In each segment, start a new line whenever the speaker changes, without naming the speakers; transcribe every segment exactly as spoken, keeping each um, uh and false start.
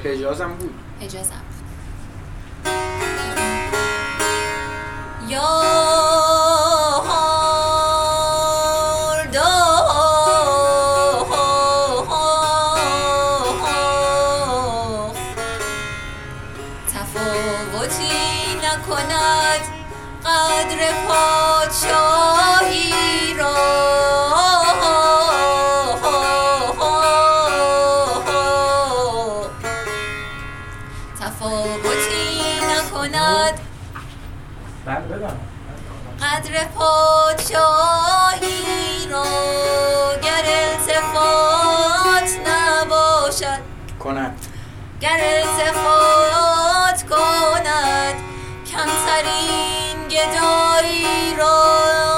حجاز هم بود.
حجاز هم بود. یا تفاوتی نکند قدر پادشاهی را، تفاوتی نکند قدر پادشاهی را، گر التفات نباشد
کند
گر التفات کند کمترین گدایی را،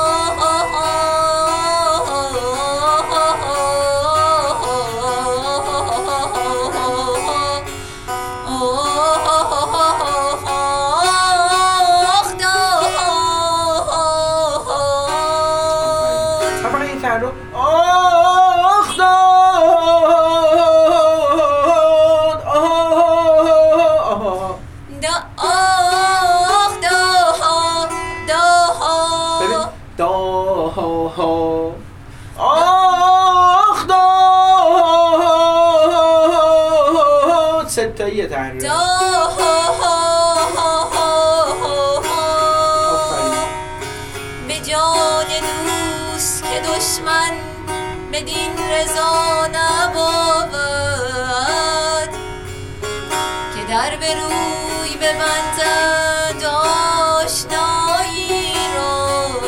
ستاییه تحریر
به جان دوست که دشمن بدین رضا نبود، که در به روی ببندد آشنایی را،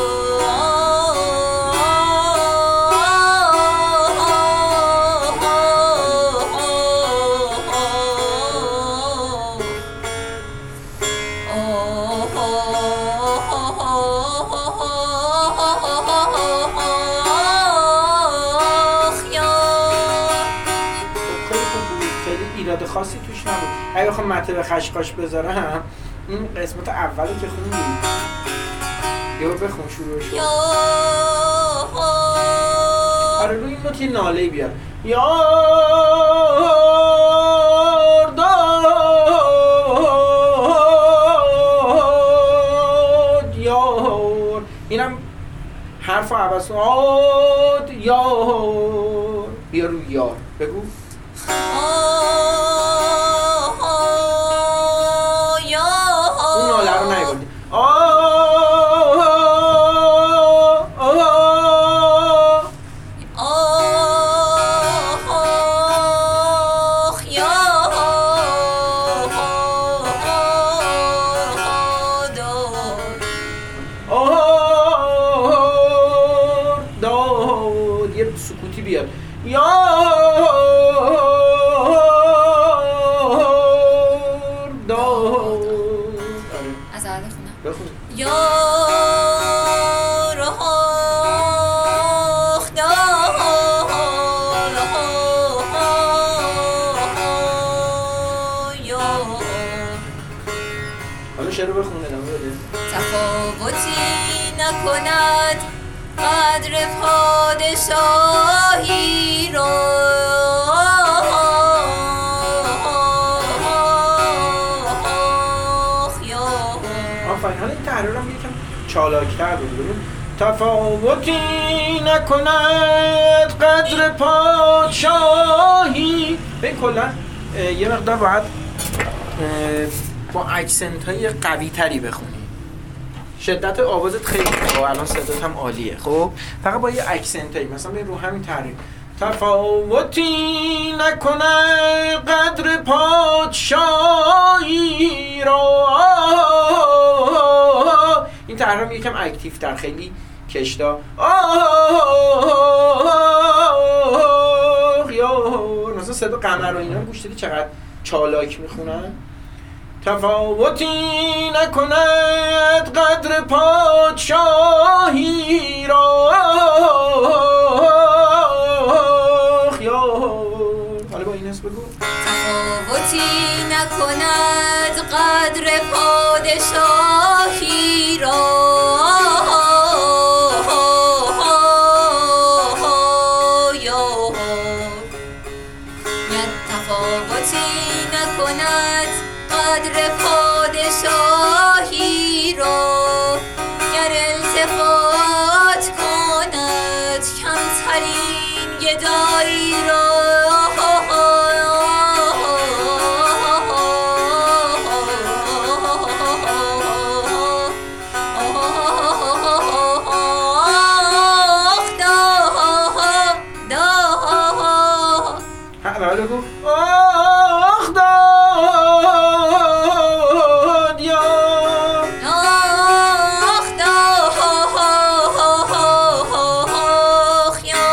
خاصی توش نبود. اگه بخوام مطلب خشخاش بذارم این قسمت اولو که خوندیم یه بار بخون شروع شد. آره روی این نوت یه ناله بیار. یار داد یار، اینم حرف عوض آد یار، بیا روی یار بگو. اون ناله رو نگردی. داد یه سکوتی بیاد.
تفاوتی نکند قدر پادشاهی را،
آفرین. حالا این تحریر هم یکم چالاک‌تر بود. ببین تفاوتی نکند قدر پادشاهی. ببین کلا یه مقدار باید با اکسنت های قوی تری بخونی. شدت آوازت خیلی خوبه، الان صدات هم عالیه. خب فقط با یه اکسنت هایی مثلا رو همین تحریر تفاوتی نکنه قدر پادشاهی را، این تحریر یکم اکتیو تر، خیلی کشتا مثلا صدا قمر و اینا گوش دادی چقدر چالاک میخونن. تفاوتی نکند قدر پادشاهی را، حالا با این اسم بگو.
تفاوتی نکند قدر پادشاهی را، تفاوتی نکند نکند قدر پادشاهی را، گر التفات کند کمترین گدایی را.
بگو آخ داد یا
آخ داد یا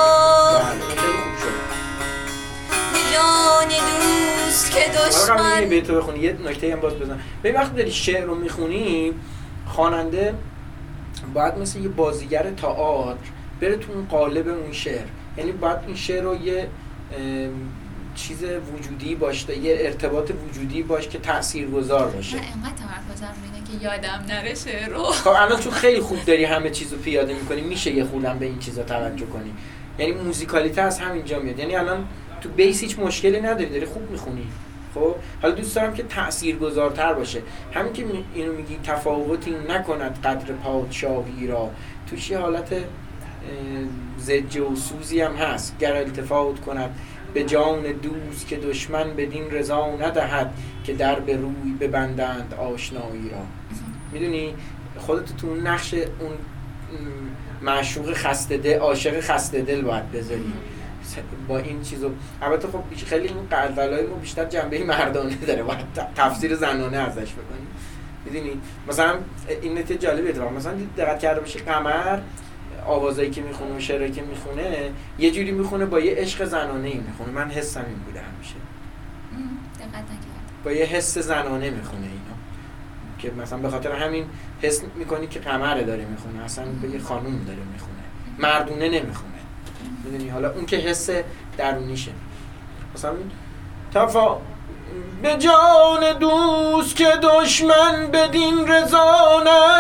به جان دوست که دشمن.
به تو بخونی یه نکته هم باز بزن. به وقتی داری شعر رو میخونی خواننده باید مثل یه بازیگر تئاتر بره تو اون قالب اون شعر، یعنی باید این شعر رو یه چیز وجودی باشه، یه ارتباط وجودی باشه که تاثیرگذار باشه.
من انقدر تمرکزم اینه که یادم نره شعر رو.
خب الان تو خیلی خوب داری همه چیزو پیاده میکنی، میشه یه خودم به این چیزا توجه کنی، یعنی موزیکالیته از همینجا میاد. یعنی الان تو بیس هیچ مشکلی نداری، داری خوب میخونی. خب حالا دوست دارم که تاثیرگذارتر باشه. همین که اینو میگی تفاوتی نکند قدر پادشاهی را، توش یه حالت زجه و سوزی هم هست. گر التفات کند به جان دوست که دشمن بدین رضا ندهد، که در به روی ببندند آشنایی را. میدونی خودت تو اون نقش اون معشوق خسته دل، عاشق خسته دل باید بذاری با این چیزو. البته خب خیلی این قلبلای ما بیشتر جنبه مردانه داره، باید تفسیر زنانه ازش بکنی. میدونی مثلا این نکته جالبه اتفاقا، مثلا دقت کرده باشی قمر آوازایی که میخونه و شعرهایی که میخونه یه جوری میخونه با یه عشق زنانه ای میخونه. من حسم این بوده همیشه.
دقت نکردم.
با یه حس زنانه میخونه اینا، که مثلا به خاطر همین حس میکنی که قمر داره میخونه، اصلا به یه خانوم داره میخونه، مردونه نمیخونه. میدونی حالا اون که حس درونیشه. مثلا تفا به جان دوست که دشمن بدین رضا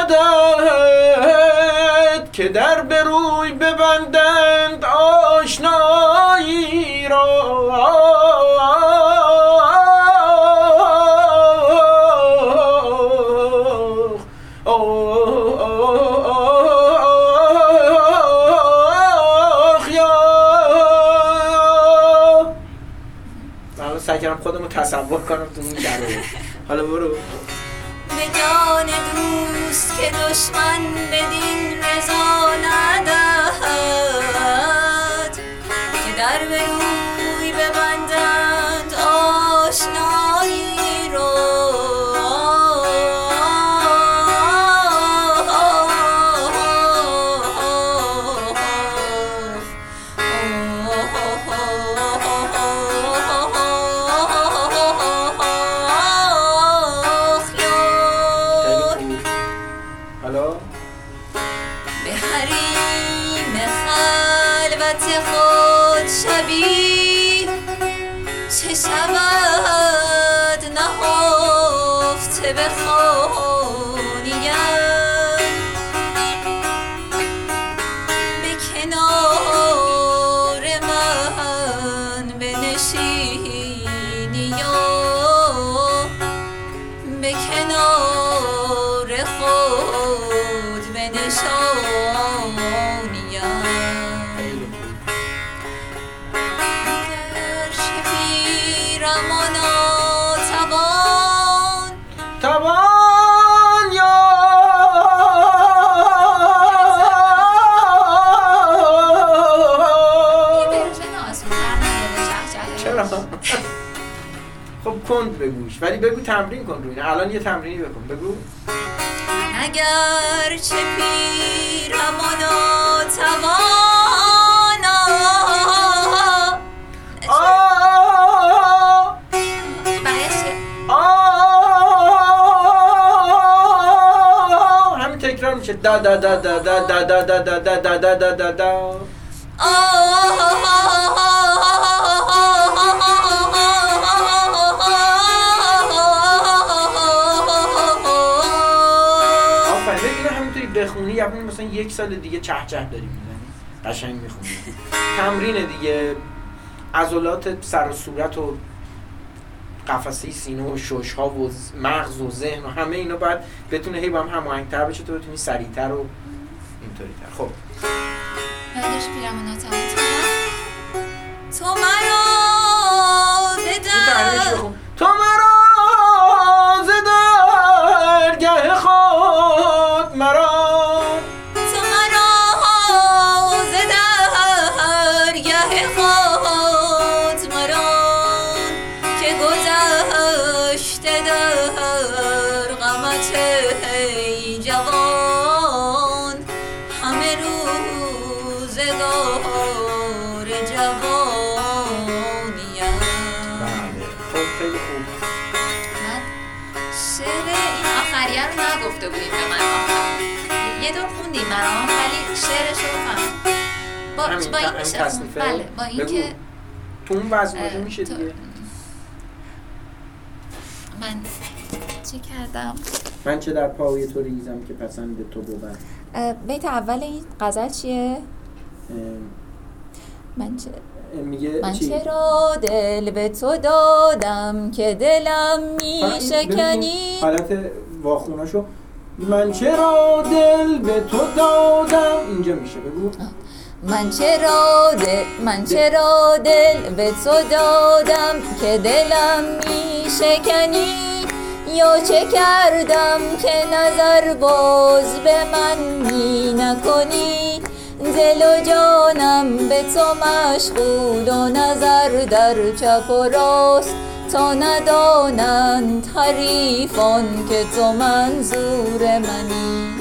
ندهد، که در به روی ببندند آشنایی را. سعی کردم خودمو تصور کنم تو اون شرایط. حالا برو.
به جان دوست که دشمن بدین رضا ندهد، که در به روی ببندند آشنایی را. چه شود نهفته به خانیم، به کنار من بنشینی و به کنار خود بنشانیم.
توان یا چرا؟ خب کند بگوش، ولی بگو تمرین کن روی اینه. الان یه تمرینی بکن، بگو.
اگر چه پیرم و ناتوانم
تکرار میشه دا دا دا دا دا دا دا دا دا دا دا دا دا دا. آفرین. اینو همینطوری بخونی یعنی مثلا یک سال دیگه چه چه داری میزنی، قشنگ میخونی. تمرین دیگه عضلات سر و صورت و قفسه سینه و شش ها و مغز و ذهن و همه اینا باید بتونه هی با هم هماهنگ‌تر بشه تا بتونی سریع‌تر و اینطوری‌تر. خب
بعدش پیرامون تو مرا بدر
تو مرا ز درگه خود مرا
تو مرا ز درگه خود مرا که گذشته در غمت ای جوان همه روزگار جوانیم.
بله خب خیلی خوب.
من شعر این آخریه رو نگفته بودیم به من آخر یه دور خوندیم برام ولی شعرش رو فهم با, با این میشه خون. بله با این که
تو اون وزن باشه میشه دیگه.
من چی کردم؟
من چه در پای تو ریزم که پسند تو بود.
بیت اول این غزل چیه؟ من چه
میگه
من
چی؟
چرا دل به تو دادم که دلم میشکنی.
حالت واخوناشو من چرا دل به تو دادم اینجا میشه بگو.
من چرا دل من چرا دل به تو دادم که دلم میشکنی. یا چه کردم که نظر باز به من می نکنی. دل و جانم به تو مشغول و نظر در چپ و راست تا ندانند حریفان که تو منظور منی.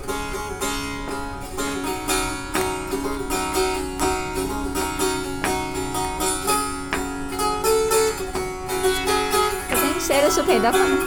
شعرشو پیدا کنم.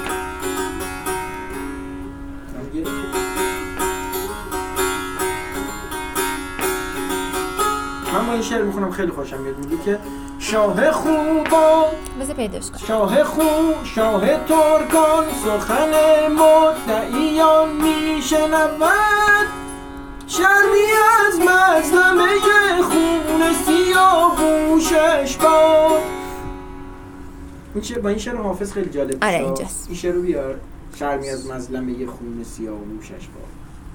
من با این شعر میخونم خیلی خوشم میاد. میگه که شاه خوبان
بذار پیداش کنم.
شاه خوب شاه ترکان سخن مدعیان میشنود. شرمی از مظلمه خون سیاوشش باد. این چه با این شعر حافظ خیلی جالب.
آره اینجاست.
این شعر رو بیار. شرمی از مظلمه خون سیاوشش باد.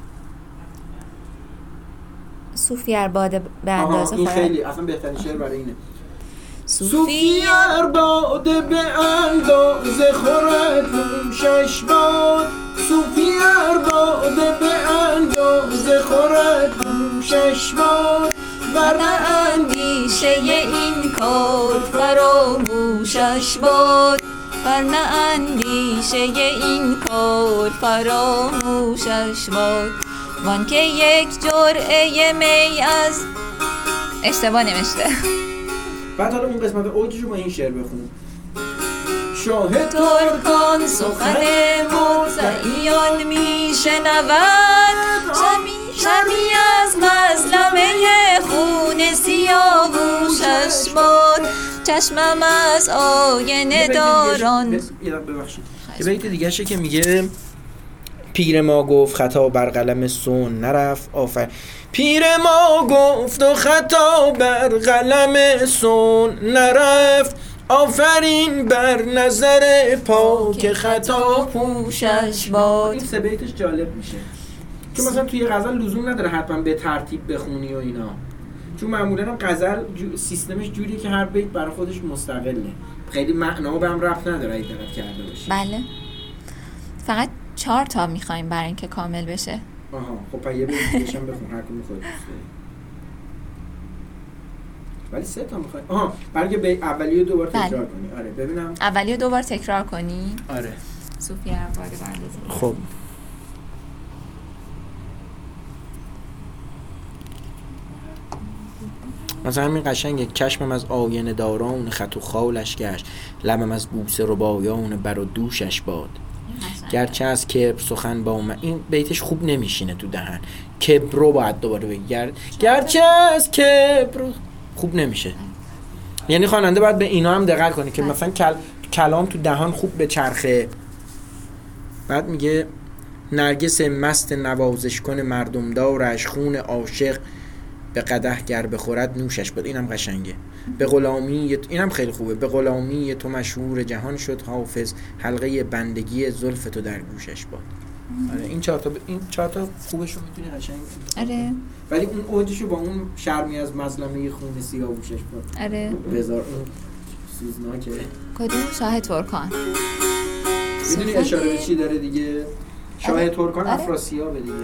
صوفی ارباده به اندازه
این
خورد.
خیلی اصلا بهترین شعر برای اینه.
صوفی
ارباده به اندازه خورد نوشش باد. صوفی ارباده به اندازه خورد نوشش باد.
ورنه اندیشه این کار فراموشش باد. ورنه اندیشه این کار فراموشش باد. وان که یک جرعه می از اشتباه نوشته.
بعد حالا اون قسمت اوجشو با این شعر بخونیم. شاه
ترکان سخن مدعیان می شنود. شرمی از مظلمه خون سیاوشش باد. چشمم از آینه داران.
ببخشید یه بیت دیگه شه که میگه پیر ما گفت خطا بر قلم سون نرفت آفر. پیر ما گفت و خطا بر قلم سون نرفت. آفرین بر نظر پاک خطا پوشش باد. این سه بیتش جالب میشه چون مثلا توی غزل لزوم نداره حتما به ترتیب بخونی و اینا، چون معمولا غزل جو سیستمش جوریه که هر بیت برای خودش مستقله، خیلی معنا به هم ربط نداره اگه دقت کرده باشی.
بله فقط چهار تا میخوایم برای اینکه کامل بشه.
آها خب پس یه بیت دیگه هم بخون هر کدوم خودت دوست داری. ولی سه تا میخوای. آها برای به اولیو دوبار تکرار بله. کنی. آره ببینم
اولیو دوبار تکرار کنی.
آره
صوفی ارباده بردازی.
خب مثلا همین قشنگه. چشمم از آینه داران خط و خالش گشت. لبم از بوسه ربایان بر و دوشش باد. گرچه از کبر سخن با من. این بیتش خوب نمیشینه تو دهن. کبر رو باید دوباره بگی. گر... گرچه از کبر خوب نمیشه. یعنی خواننده باید به اینا هم دقت کنه که مثلا کل... کلام تو دهان خوب به چرخه. بعد میگه نرگس مست نوازش کن مردم دارش خون عاشق به قدح گر بخورد نوشش باد. اینم قشنگه. به غلامی، اینم خیلی خوبه. به غلامی تو مشهور جهان شد حافظ، حلقه بندگی زلف تو در گوشش باد. آره این چهار تا ب... این چهار تا خوبشو میتونی قشنگ.
آره
ولی اون اوجشو با اون شرمی از مظلمه خون سیاه گوشش باد.
آره
بذار اون سوزناکه.
کدوم؟ شاه ترکان.
میدونی اشاره به چی داره دیگه؟ شاه آره. ترکان
آره.
افراسیاب دیگه.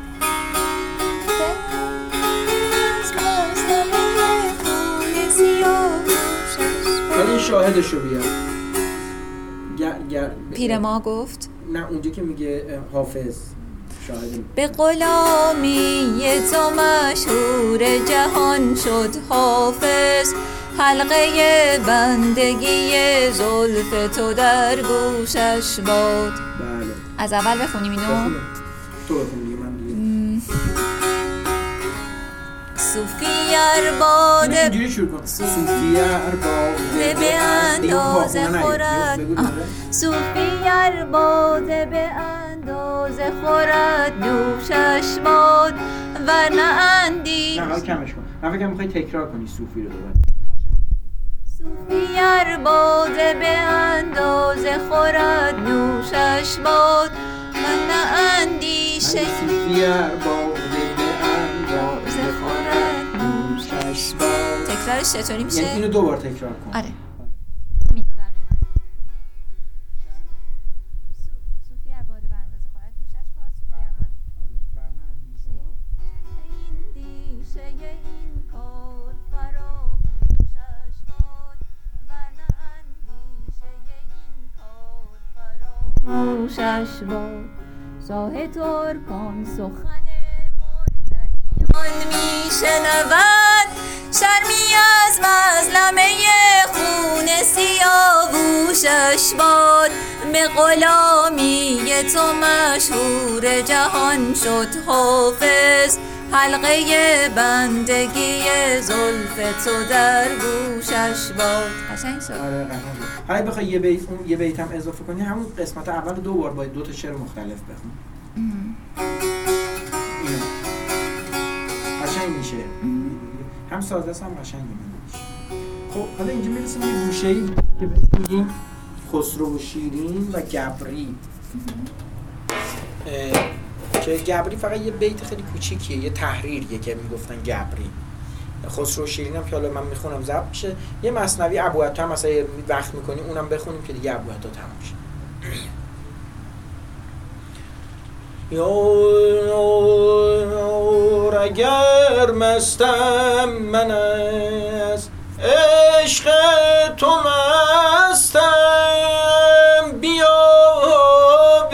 ولی این شاهدشو بیار. گر گر
پیر ما گفت
نه اونجا که میگه حافظ شاهد.
به غلامی تو مشهور جهان شد حافظ، حلقه بندگی زلف تو در گوشش باد.
بله.
از اول بخونیم اینو؟
بخونیم. تو بخون دیگه من دیگه.
صوفی ارباد
اینجوری شروع کن. صوفی ارباد
به اندازه خورد صوفی ارباد به اندازه خورد نوشش باد ورنه اندیش.
نه حالا کمش کن. من فکرم میخوای تکرار کنی صوفی رو دوباره.
صوفی ارباد به اندازه خورد نوشش باد ورنه اندیشه.
صوفی ارباد به اندازه خورد نوشش باد.
تکرارش چطوری میشه؟
یعنی اینو دوبار تکرار کن.
آره. نوشش باد شاه ترکان سخن مدعیان میشنود، شرمی از مظلمه خون سیاووشش باد. به غلامی تو مشهور جهان شد حافظ، حلقه بندگی زلف تو در گوشش باد. قشنگ شد.
آره قشنگ شد. حالا بخوای یه بیت اون یه بیت هم اضافه کنی، همون قسمت اول دو بار باید دو تا شعر مختلف بخون. قشنگ میشه. هم ساده است هم قشنگه میشه. خب حالا اینجا میرسیم یه گوشه‌ای که میگیم خسرو و شیرین و گبری. که گبری فقط یه بیت خیلی کوچیکیه، یه تحریریه که میگفتن گبری. خسرو و شیرین هم که حالا من میخونم ضبط میشه. یه مثنوی ابوعطا هم مثلا وقت میکنی اونم بخونیم که دیگه ابوعطا تموم شه. یار اگر مستم من از عشق تو مستم، بیا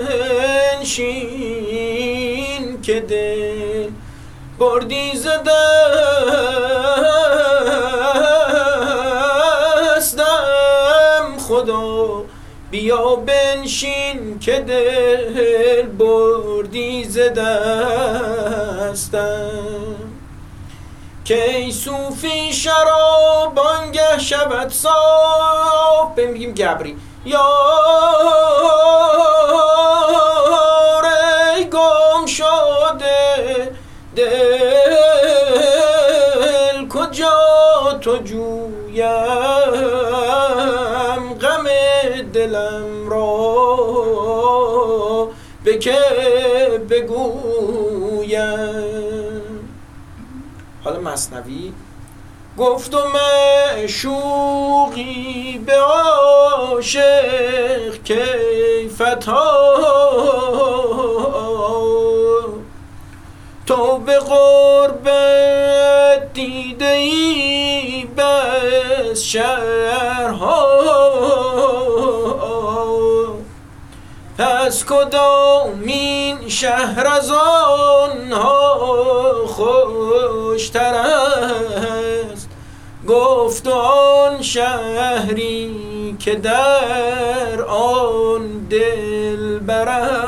بنشین که دل بردی ز دستم. خدا بیا بنشین که دل بردی ز دستم. که ای صوفی شراب آنگه شود صاف. بگیم گبری یار ای گم شده دل کجا تو جویم، غم دلم را به که بگویم. حالا مثنوی گفت و معشوقی به عاشق کیفتا، تو به غربت دیده ای بس شهرها، پس کدامین شهر از آنها خوشتر است؟ گفت آن شهری که در آن دلبر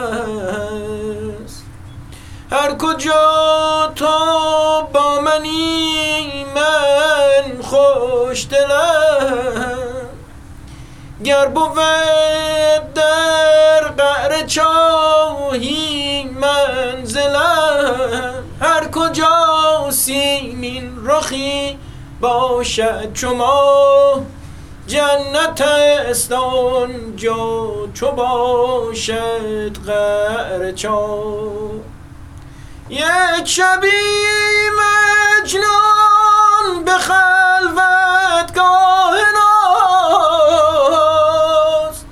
است. هر کجا تو با منی من خوشدلم، گر بود در قعر چاهی منزلم. هر کجا سینه رخی باشد چو ما، جنت است آنجا چو باشد غر چاه. یک شبی مجنون به خلوتگاه ناز،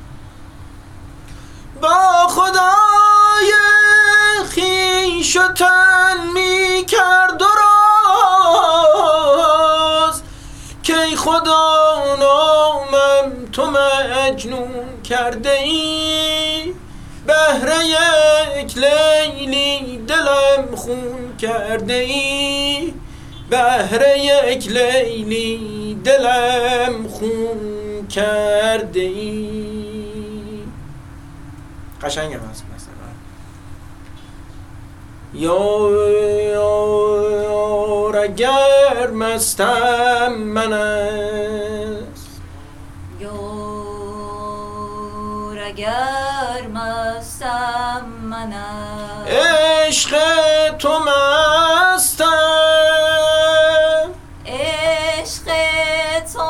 با خدای خویش و تن می کرد و راز، که ای خدا نامم تو مجنون کرده ای، بهر یک لیلی دلم خون کرده ای، بهر یک لیلی دلم خون کرده ای. قشنگه هست مثلا یار اگر مستم من است،
یار اگر مستم من است،
عشق تو مستم،
عشق تو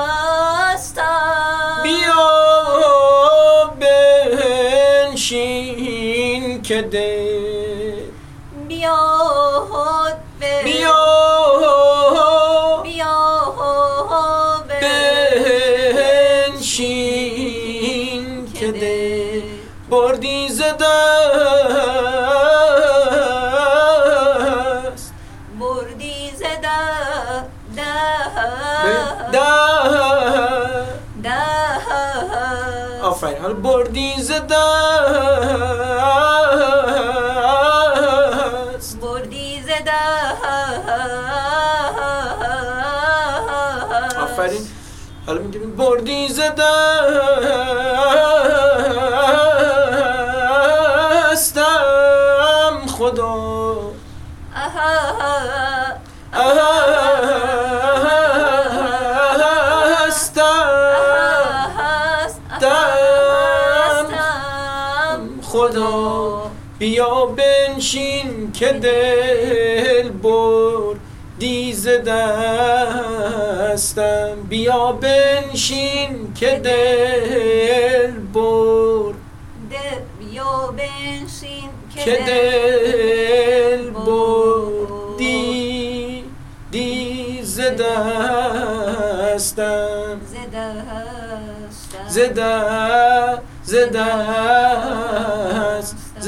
مستم،
بیا بنشین که دل،
بیا
بیا
بیا
بنشین که دل بردی ز دست،
بردی ز دست،
آفرین. حالا بردی ز دست،
بردی ز دست،
آفرین. حالا میگیم بردی ز دستم خدا، هستم خدا، بیا بنشین که دل بردی ز دستم، بیا بنشین که دل برد،
بیا بنشین
که دل بردی دی ز دستم، ز دست، ز دست، ز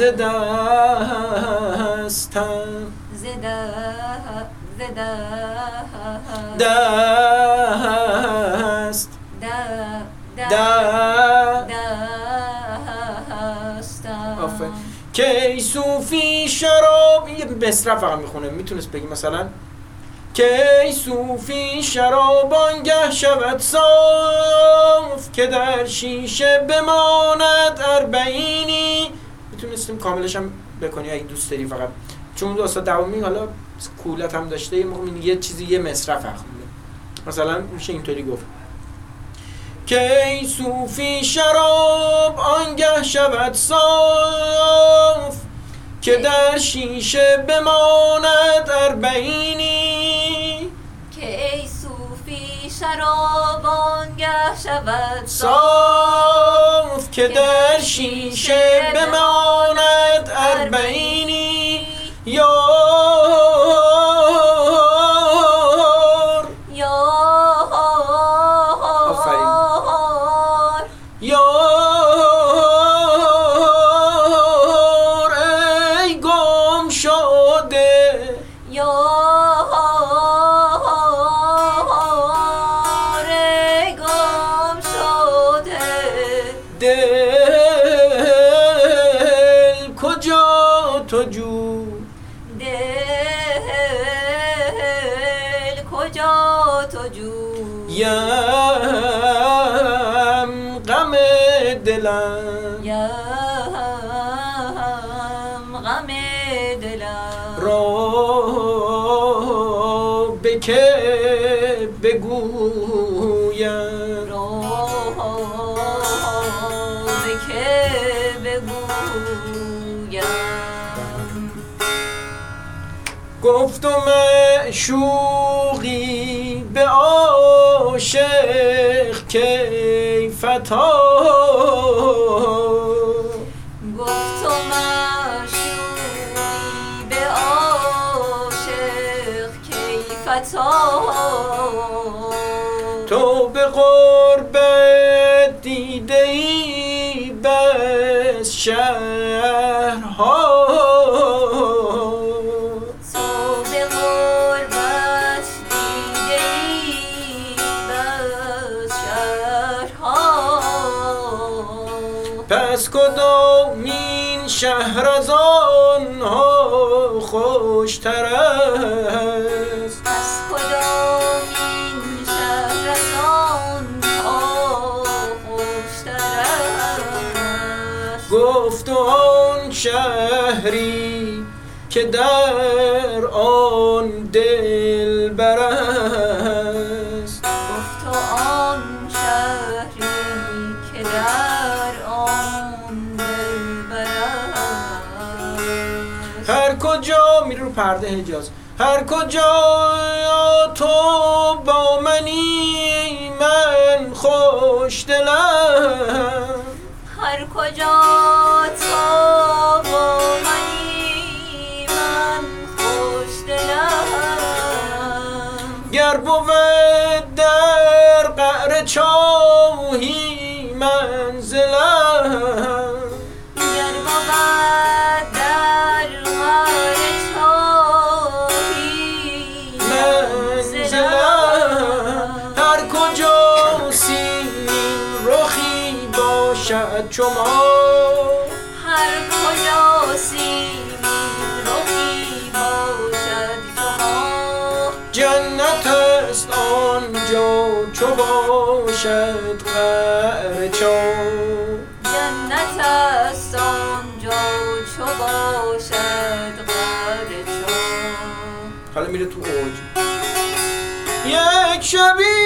دستم، دست، آفرین. که ای صوفی شراب، یه مصرع فقط میخونه، میتونست بگی مثلا که ای صوفی شراب آنگه شود صاف، که در شیشه بماند اربعینی. میتونستیم کاملش هم بکنی اگه دوست داری، فقط چون اون دوستا دوامی حالا کولت هم داشته، یه موقع یه چیزی یه مصرع فقط خونده، مثلا میشه اینطوری گفت که ای صوفی شراب آنگه شود صاف، که در شیشه بماند اربعینی.
که ای صوفی شراب آنگه شود
صاف، که در شیشه بماند اربعینی. یار آفرین. یار ای گم شده،
یار ای گم شده،
دل کجا تو جو،
دل کجا تو جو،
یم غم دلم،
یم غم دلم،
را به که بگویم،
را به که بگویم.
گفتم معشوقی به عاشق کیفتا،
گفتم معشوقی به عاشق کیفتا،
تو به غربت دیده ای بس شهرها،
تو به غربت دیده ای بس شهرها،
پس کدامین شهر از آنها خوشتر است؟
پس کدامین شهر از آنها خوشتر است؟
گفت آن شهری که در آن دلبر است،
گفت آن شهری که در آن دلبر است.
هر کجا میره رو پرده حجاز، هر کجا تو با منی من خوش دلم،
هر کجا تو با منی من خوش دلم،
گر بود در قعر چاهی منزلم،
گر بود در قعر چاهی
منزلم، هر کجا سیمین رخی باشد چو ماه،
هر کجا سیمین رخی باشد چو ماه،
جنت است آنجا چو باشد قعر چاه،
جنت است آنجا چو باشد قعر چاه.
حالا میره تو اوج. یک شبی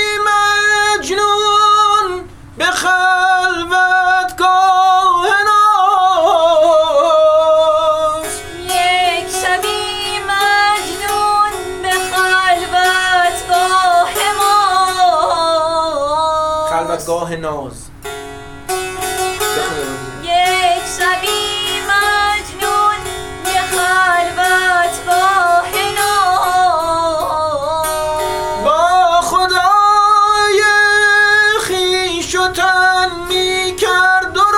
مجنون به خلوتگاه ناز،
یک شبی مجنون به خلوتگاه ما،
خلوتگاه ناز.
یک شبی مجنون به خلوتگاه ناز،
با خدای خویش و تن می کرد و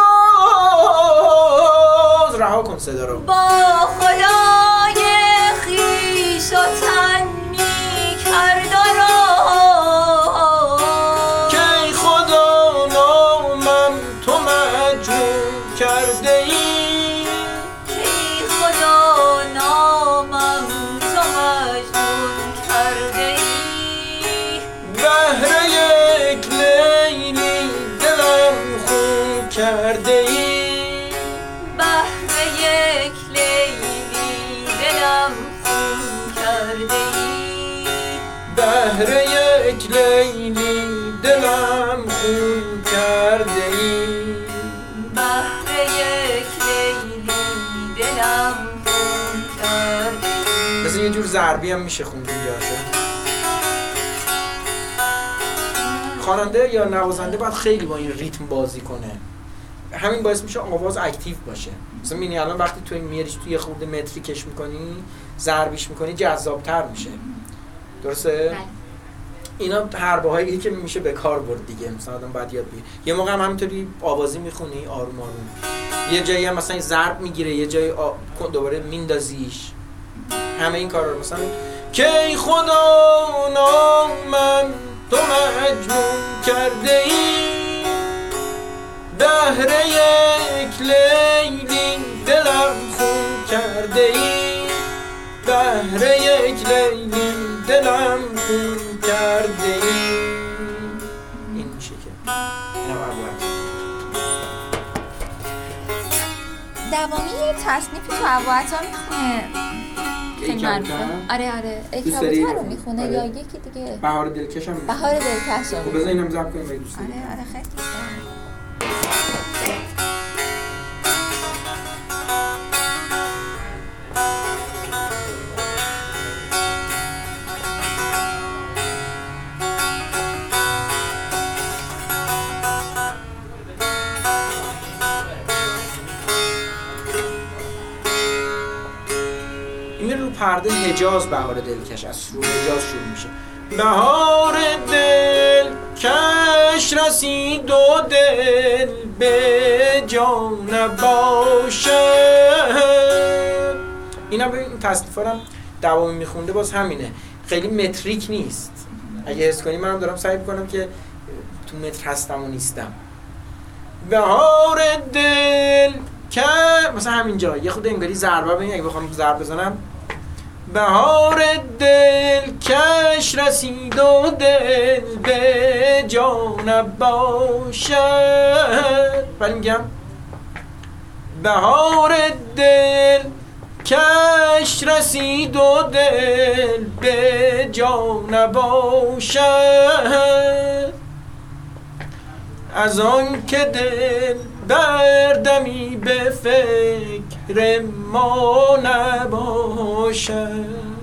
راز. رها کن صدا رو.
با خدای خویش و تن می کرد و راز،
که ای خدا نامم تو مجنون کرده ای،
که ای خدا نامم تو مجنون کرده ای،
بهر یک لیلی دلم خون کرده ای،
بهر یک لیلی دلم خون کرده ای،
بهر یک لیلی دلم خون کرده ای.
بهر یک لیلی دلم خون کرده ای.
مثل یه جور ضربی هم میشه خوند اینجا. خواننده یا نوازنده باید خیلی با این ریتم بازی کنه، همین باعث میشه آواز اکتیو باشه. مثلا میبینی الان وقتی تو این میاریش توی خورده متری کش میکنی، ضربیش میکنی، جذابتر میشه. درسته؟ اینا حربه هایی که میشه به کار برد دیگه. مثلا آدم باید یاد بگیره. یه موقع هم همینطوری آوازی میخونی آروم آروم، یه جایی هم مثلا ضرب میگیره، یه جایی آ... دوباره میندازیش. همه این کارا رو مثلا که ای خدا نامم تو مجنون کرده ای، بهر یک لیلی دلم خون کرده ای، بهر یک لیلی دلم خون کرده ای. این میشه که اینم عبارت
دوامی یه تصنیفی تو عبارت ها میخونه خیلی معروفه. آره آره اکرام‌تر رو میخونه یا یکی دیگه
بهار دلکش هم میخونه.
بهار دلکش رو
خب بذار اینم ضبط کنیم برای دوستان.
آره آره خیلی
پرده حجاز بهار دلکش از رو حجاز شروع میشه. بهار دل کش رسید و دل به جا نباشد. اینا به این تصنیفارم دوامی میخونده باز همینه، خیلی متریک نیست. اگه حس کنی منم دارم سعی میکنم که تو متر هستم و نیستم. بهار دل که مثلا همینجا یه خود انگاری ضربه ببین، اگه بخوام ضرب بزنم بهار دل کش رسید و دل به جا نباشد. ولی میگم بهار دل کش رسید و دل به جا نباشد، از آن که دل بردمی به فکر ما نباشد.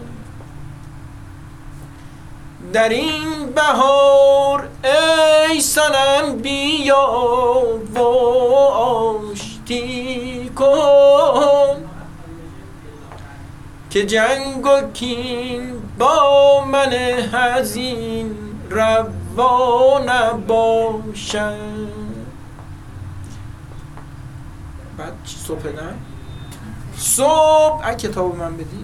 در این بهار ای صنم بیا و آشتی کن، که جنگ و کین با من حزین روا نباشد. بعد صبح نه صبح اگه کتاب من بدی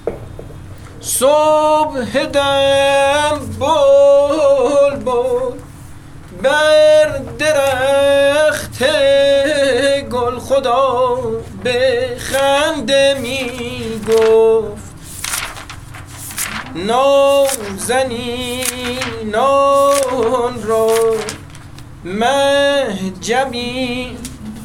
صبح دم بول بول بر درخت گل خدا به خنده می گفت، نازنینان را مهجبی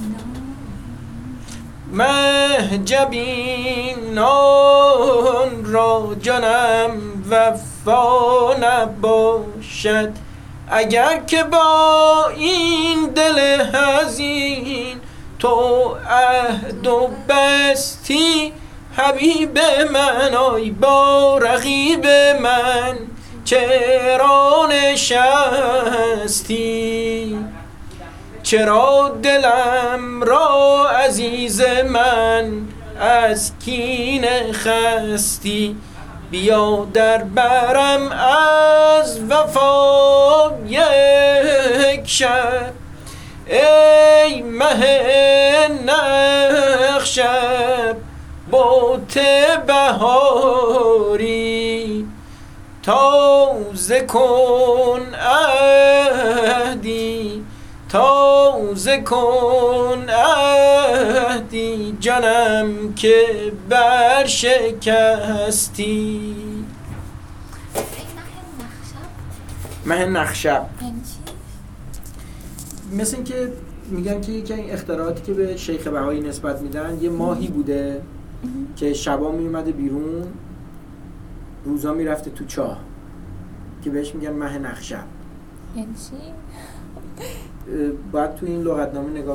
مهجبینان را جانم وفا نباشد. اگر که با این دل حزین تو عهد و بستی، حبیب من آی با رقیب من چرا نشستی؟ چرا دلم را عزیز من از کینه خستی؟ بیا در برم از وفا یک شب، ای مه نخشب بوت بهاری، تازه کن عهدی تازه کن عهدی، جانم که برشکستی. مه نخشب مثل این که میگن که یکی این اختراعاتی که به شیخ بهایی نسبت میدن، یه ماهی بوده که شبا میومده بیرون، روزا میرفته تو چاه که بهش میگن مه نخشب.
یعنی چی؟
باید تو این لغتنامه نگاه